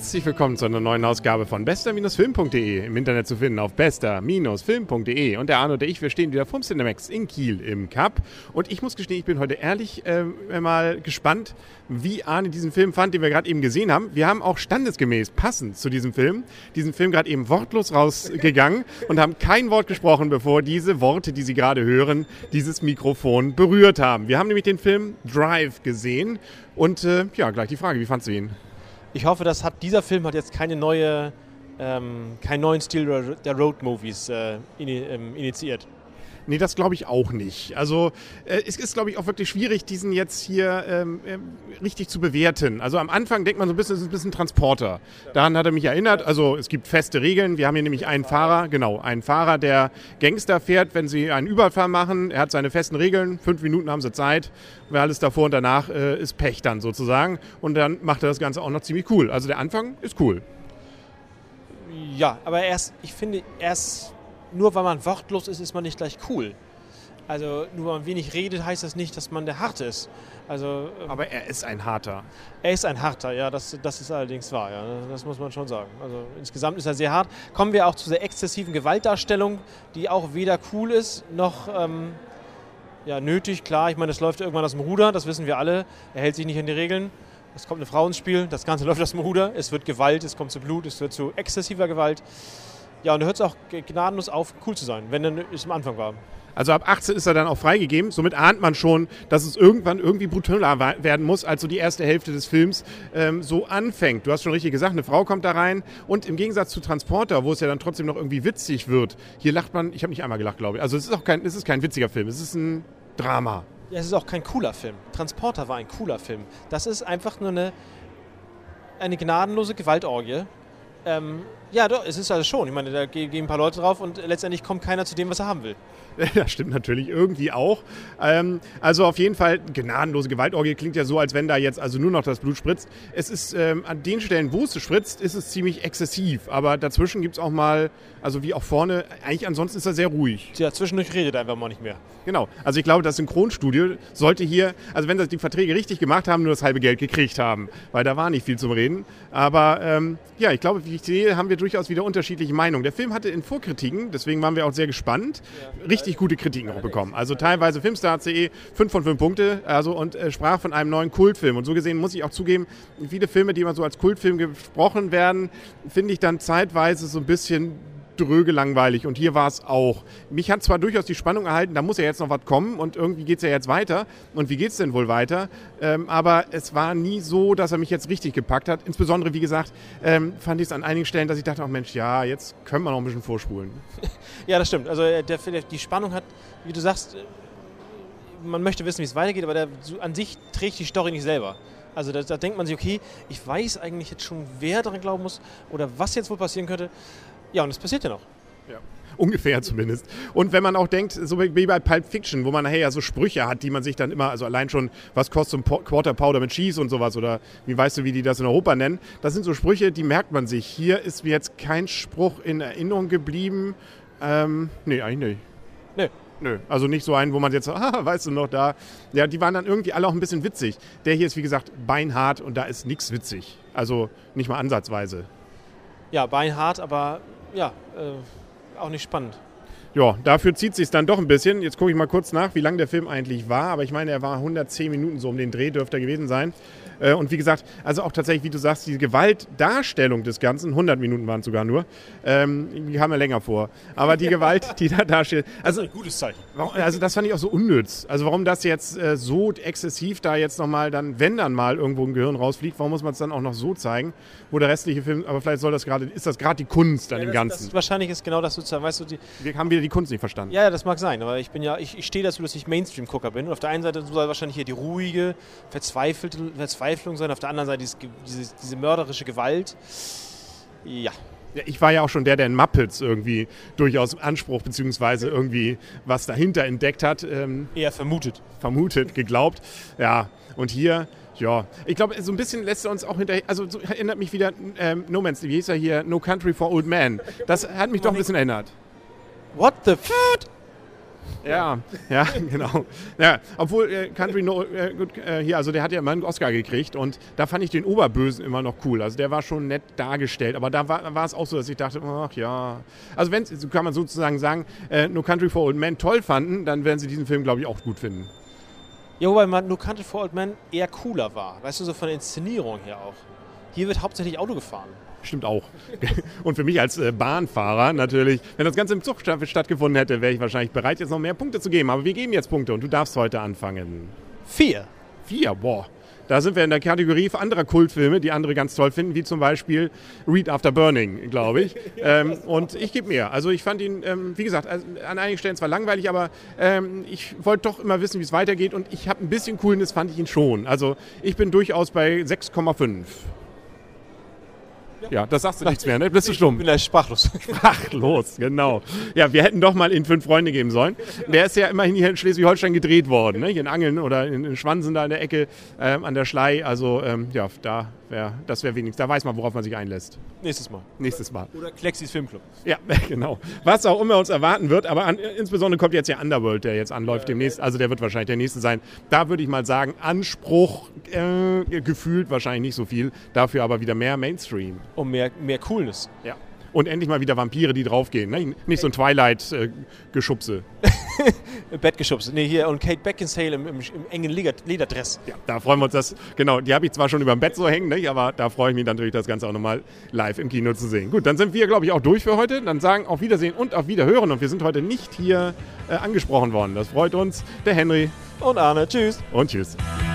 Herzlich willkommen zu einer neuen Ausgabe von bester-film.de, im Internet zu finden auf bester-film.de. Und der Arno und ich, wir stehen wieder vom Cinemax in Kiel im Cup. Und ich muss gestehen, ich bin heute ehrlich mal gespannt, wie Arne diesen Film fand, den wir gerade eben gesehen haben. Wir haben auch standesgemäß, passend zu diesem Film gerade eben wortlos rausgegangen und haben kein Wort gesprochen, bevor diese Worte, die Sie gerade hören, dieses Mikrofon berührt haben. Wir haben nämlich den Film Drive gesehen und gleich die Frage, wie fandst du ihn? Ich hoffe, dieser Film hat jetzt keinen neuen Stil der Road-Movies initiiert. Nee, das glaube ich auch nicht. Also es ist, glaube ich, auch wirklich schwierig, diesen jetzt hier richtig zu bewerten. Also am Anfang denkt man so ein bisschen, es ist ein bisschen Transporter. Daran hat er mich erinnert. Also es gibt feste Regeln. Wir haben hier nämlich einen Fahrer, der Gangster fährt, wenn sie einen Überfall machen. Er hat seine festen Regeln. 5 Minuten haben sie Zeit. Wer alles davor und danach ist Pech dann sozusagen. Und dann macht er das Ganze auch noch ziemlich cool. Also der Anfang ist cool. Ja, aber ich finde, nur weil man wortlos ist, ist man nicht gleich cool. Also nur weil man wenig redet, heißt das nicht, dass man der Harte ist. Also, aber er ist ein Harter. Er ist ein Harter, ja, das ist allerdings wahr. Ja, das muss man schon sagen. Also insgesamt ist er sehr hart. Kommen wir auch zu der exzessiven Gewaltdarstellung, die auch weder cool ist, noch nötig. Klar, ich meine, das läuft irgendwann aus dem Ruder, das wissen wir alle. Er hält sich nicht an die Regeln. Es kommt eine Frau ins Spiel, das Ganze läuft aus dem Ruder. Es wird Gewalt, es kommt zu Blut, es wird zu exzessiver Gewalt. Ja, und da hört es auch gnadenlos auf, cool zu sein, wenn dann es am Anfang war. Also ab 18 ist er dann auch freigegeben. Somit ahnt man schon, dass es irgendwann irgendwie brutaler werden muss, als so die erste Hälfte des Films so anfängt. Du hast schon richtig gesagt, eine Frau kommt da rein. Und im Gegensatz zu Transporter, wo es ja dann trotzdem noch irgendwie witzig wird, hier lacht man, ich habe nicht einmal gelacht, glaube ich. Also es ist kein witziger Film, es ist ein Drama. Ja, es ist auch kein cooler Film. Transporter war ein cooler Film. Das ist einfach nur eine gnadenlose Gewaltorgie. Ja, doch, es ist also schon. Ich meine, da gehen ein paar Leute drauf und letztendlich kommt keiner zu dem, was er haben will. Ja, stimmt natürlich irgendwie auch. Also auf jeden Fall, gnadenlose Gewaltorgie klingt ja so, als wenn da jetzt also nur noch das Blut spritzt. Es ist an den Stellen, wo es spritzt, ist es ziemlich exzessiv. Aber dazwischen gibt es auch mal, also wie auch vorne, eigentlich ansonsten ist er sehr ruhig. Ja, zwischendurch redet er einfach mal nicht mehr. Genau. Also ich glaube, das Synchronstudio sollte hier, also wenn das die Verträge richtig gemacht haben, nur das halbe Geld gekriegt haben. Weil da war nicht viel zum Reden. Aber ich glaube, wie ich sehe, haben wir durchaus wieder unterschiedliche Meinungen. Der Film hatte in Vorkritiken, deswegen waren wir auch sehr gespannt, richtig gute Kritiken auch bekommen. Also teilweise Filmstar.de 5 von 5 Punkte und sprach von einem neuen Kultfilm. Und so gesehen muss ich auch zugeben, viele Filme, die immer so als Kultfilm gesprochen werden, finde ich dann zeitweise so ein bisschen dröge langweilig. Und hier war es auch. Mich hat zwar durchaus die Spannung erhalten, da muss ja jetzt noch was kommen und irgendwie geht es ja jetzt weiter. Und wie geht es denn wohl weiter? Aber es war nie so, dass er mich jetzt richtig gepackt hat. Insbesondere, wie gesagt, fand ich es an einigen Stellen, dass ich dachte, Mensch, ja, jetzt können wir noch ein bisschen vorspulen. Ja, das stimmt. Also die Spannung hat, wie du sagst, man möchte wissen, wie es weitergeht, aber an sich trägt die Story nicht selber. Also da denkt man sich, okay, ich weiß eigentlich jetzt schon, wer daran glauben muss oder was jetzt wohl passieren könnte. Ja, und das passiert ja noch. Ja. Ungefähr zumindest. Und wenn man auch denkt, so wie bei Pulp Fiction, wo man nachher ja so Sprüche hat, die man sich dann immer, also allein schon, was kostet so ein Quarter Pounder mit Cheese und sowas oder wie weißt du, wie die das in Europa nennen, das sind so Sprüche, die merkt man sich. Hier ist mir jetzt kein Spruch in Erinnerung geblieben. Nee, eigentlich nicht. Nö, also nicht so einen, wo man jetzt so, weißt du noch, da. Ja, die waren dann irgendwie alle auch ein bisschen witzig. Der hier ist, wie gesagt, beinhart und da ist nichts witzig. Also nicht mal ansatzweise. Ja, beinhart, aber ja, auch nicht spannend. Ja, dafür zieht es sich dann doch ein bisschen. Jetzt gucke ich mal kurz nach, wie lang der Film eigentlich war. Aber ich meine, er war 110 Minuten, so um den Dreh dürfte er gewesen sein. Und wie gesagt, also auch tatsächlich, wie du sagst, die Gewaltdarstellung des Ganzen, 100 Minuten waren es sogar nur, die kam mir länger vor. Aber die Gewalt, die da darstellt... Also, das ist ein gutes Zeichen. Also das fand ich auch so unnütz. Also warum das jetzt so exzessiv da jetzt nochmal dann, wenn dann mal irgendwo ein Gehirn rausfliegt, warum muss man es dann auch noch so zeigen, wo der restliche Film, aber vielleicht ist das gerade die Kunst an dem Ganzen. Wahrscheinlich ist genau das sozusagen, weißt du... Wir haben wieder die Kunst nicht verstanden. Ja, das mag sein, aber ich stehe dazu, dass ich Mainstream-Gucker bin. Und auf der einen Seite soll wahrscheinlich hier die ruhige Verzweiflung sein, auf der anderen Seite diese mörderische Gewalt. Ja. Ja, ich war ja auch schon der in Muppets irgendwie durchaus Anspruch beziehungsweise irgendwie was dahinter entdeckt hat. Eher vermutet. Geglaubt. Ja, und hier... Ja, ich glaube, so ein bisschen lässt er uns auch hinterher, also so erinnert mich wieder, No Man's, wie hieß er hier, No Country for Old Men. Das hat mich doch ein bisschen erinnert. What the fuck? Ja, genau. Ja, obwohl Country hier, also der hat ja immer einen Oscar gekriegt und da fand ich den Oberbösen immer noch cool. Also der war schon nett dargestellt, aber da war es auch so, dass ich dachte, ach ja. Also wenn, so kann man sozusagen sagen, No Country for Old Men toll fanden, dann werden sie diesen Film, glaube ich, auch gut finden. Ja, wobei man No Country for Old Men eher cooler war. Weißt du, so von der Inszenierung her auch. Hier wird hauptsächlich Auto gefahren. Stimmt auch. Und für mich als Bahnfahrer natürlich, wenn das Ganze im Zug stattgefunden hätte, wäre ich wahrscheinlich bereit, jetzt noch mehr Punkte zu geben. Aber wir geben jetzt Punkte und du darfst heute anfangen. 4. 4, boah. Da sind wir in der Kategorie für andere Kultfilme, die andere ganz toll finden, wie zum Beispiel Read After Burning, glaube ich. Und ich gebe mehr. Also ich fand ihn, wie gesagt, an einigen Stellen zwar langweilig, aber ich wollte doch immer wissen, wie es weitergeht. Und ich habe ein bisschen Coolness, fand ich ihn schon. Also ich bin durchaus bei 6,5. Ja, das sagst du nichts mehr, ne? Bist du stumm? Ich bin leicht sprachlos. Sprachlos, genau. Ja, wir hätten doch mal in 5 Freunde geben sollen. Der ist ja immerhin hier in Schleswig-Holstein gedreht worden, ne? Hier in Angeln oder in Schwansen da in der Ecke an der Schlei. Also ja, das wäre wenigstens. Da weiß man, worauf man sich einlässt. Nächstes Mal. Oder Klexis Filmclub. Ja, genau. Was auch immer uns erwarten wird, aber insbesondere kommt jetzt ja Underworld, der jetzt anläuft demnächst. Also der wird wahrscheinlich der nächste sein. Da würde ich mal sagen, Anspruch gefühlt wahrscheinlich nicht so viel. Dafür aber wieder mehr Mainstream. Und mehr Coolness. Ja. Und endlich mal wieder Vampire, die draufgehen. Ne? Nicht so ein Twilight-Geschubse. Bettgeschubse. Nee, hier und Kate Beckinsale im engen Lederdress. Ja, da freuen wir uns das. Genau, die habe ich zwar schon über dem Bett so hängen, ne? Aber da freue ich mich dann natürlich, das Ganze auch nochmal live im Kino zu sehen. Gut, dann sind wir, glaube ich, auch durch für heute. Dann sagen auf Wiedersehen und auf Wiederhören. Und wir sind heute nicht hier angesprochen worden. Das freut uns. Der Henry. Und Arne. Tschüss. Und tschüss.